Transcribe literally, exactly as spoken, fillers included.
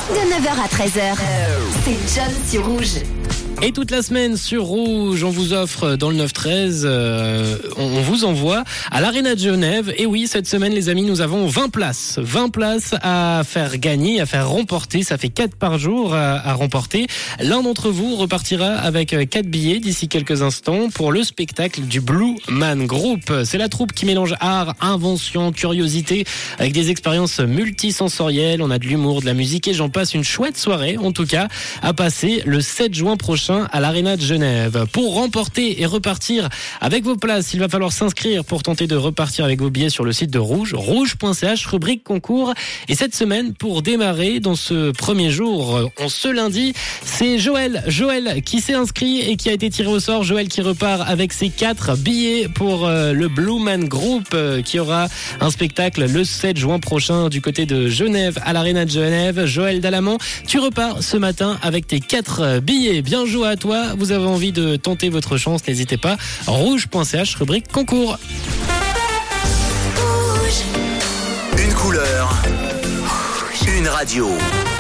De neuf heures à treize heures, c'est John sur Rouge. Et toute la semaine sur Rouge, on vous offre dans le neuf treize, euh, on, on vous envoie à l'Arena de Genève. Et oui, cette semaine, les amis, nous avons vingt places. vingt places à faire gagner, à faire remporter. Ça fait quatre par jour à, à remporter. L'un d'entre vous repartira avec quatre billets d'ici quelques instants pour le spectacle du Blue Man Group. C'est la troupe qui mélange art, invention, curiosité avec des expériences multisensorielles. On a de l'humour, de la musique et j'en passe. Une chouette soirée, en tout cas, à passer le sept juin prochain à l'Arena de Genève. Pour remporter et repartir avec vos places, il va falloir s'inscrire pour tenter de repartir avec vos billets sur le site de Rouge, rouge point c h, rubrique concours. Et cette semaine, pour démarrer dans ce premier jour, on ce lundi, c'est Joël. Joël qui s'est inscrit et qui a été tiré au sort. Joël qui repart avec ses quatre billets pour euh, le Blue Man Group euh, qui aura un spectacle le sept juin prochain du côté de Genève à l'Arena de Genève. Joël Dalamant, tu repars ce matin avec tes quatre billets. Bien joué à toi, vous avez envie de tenter votre chance, n'hésitez pas. rouge point c h, rubrique concours. Une couleur, une radio.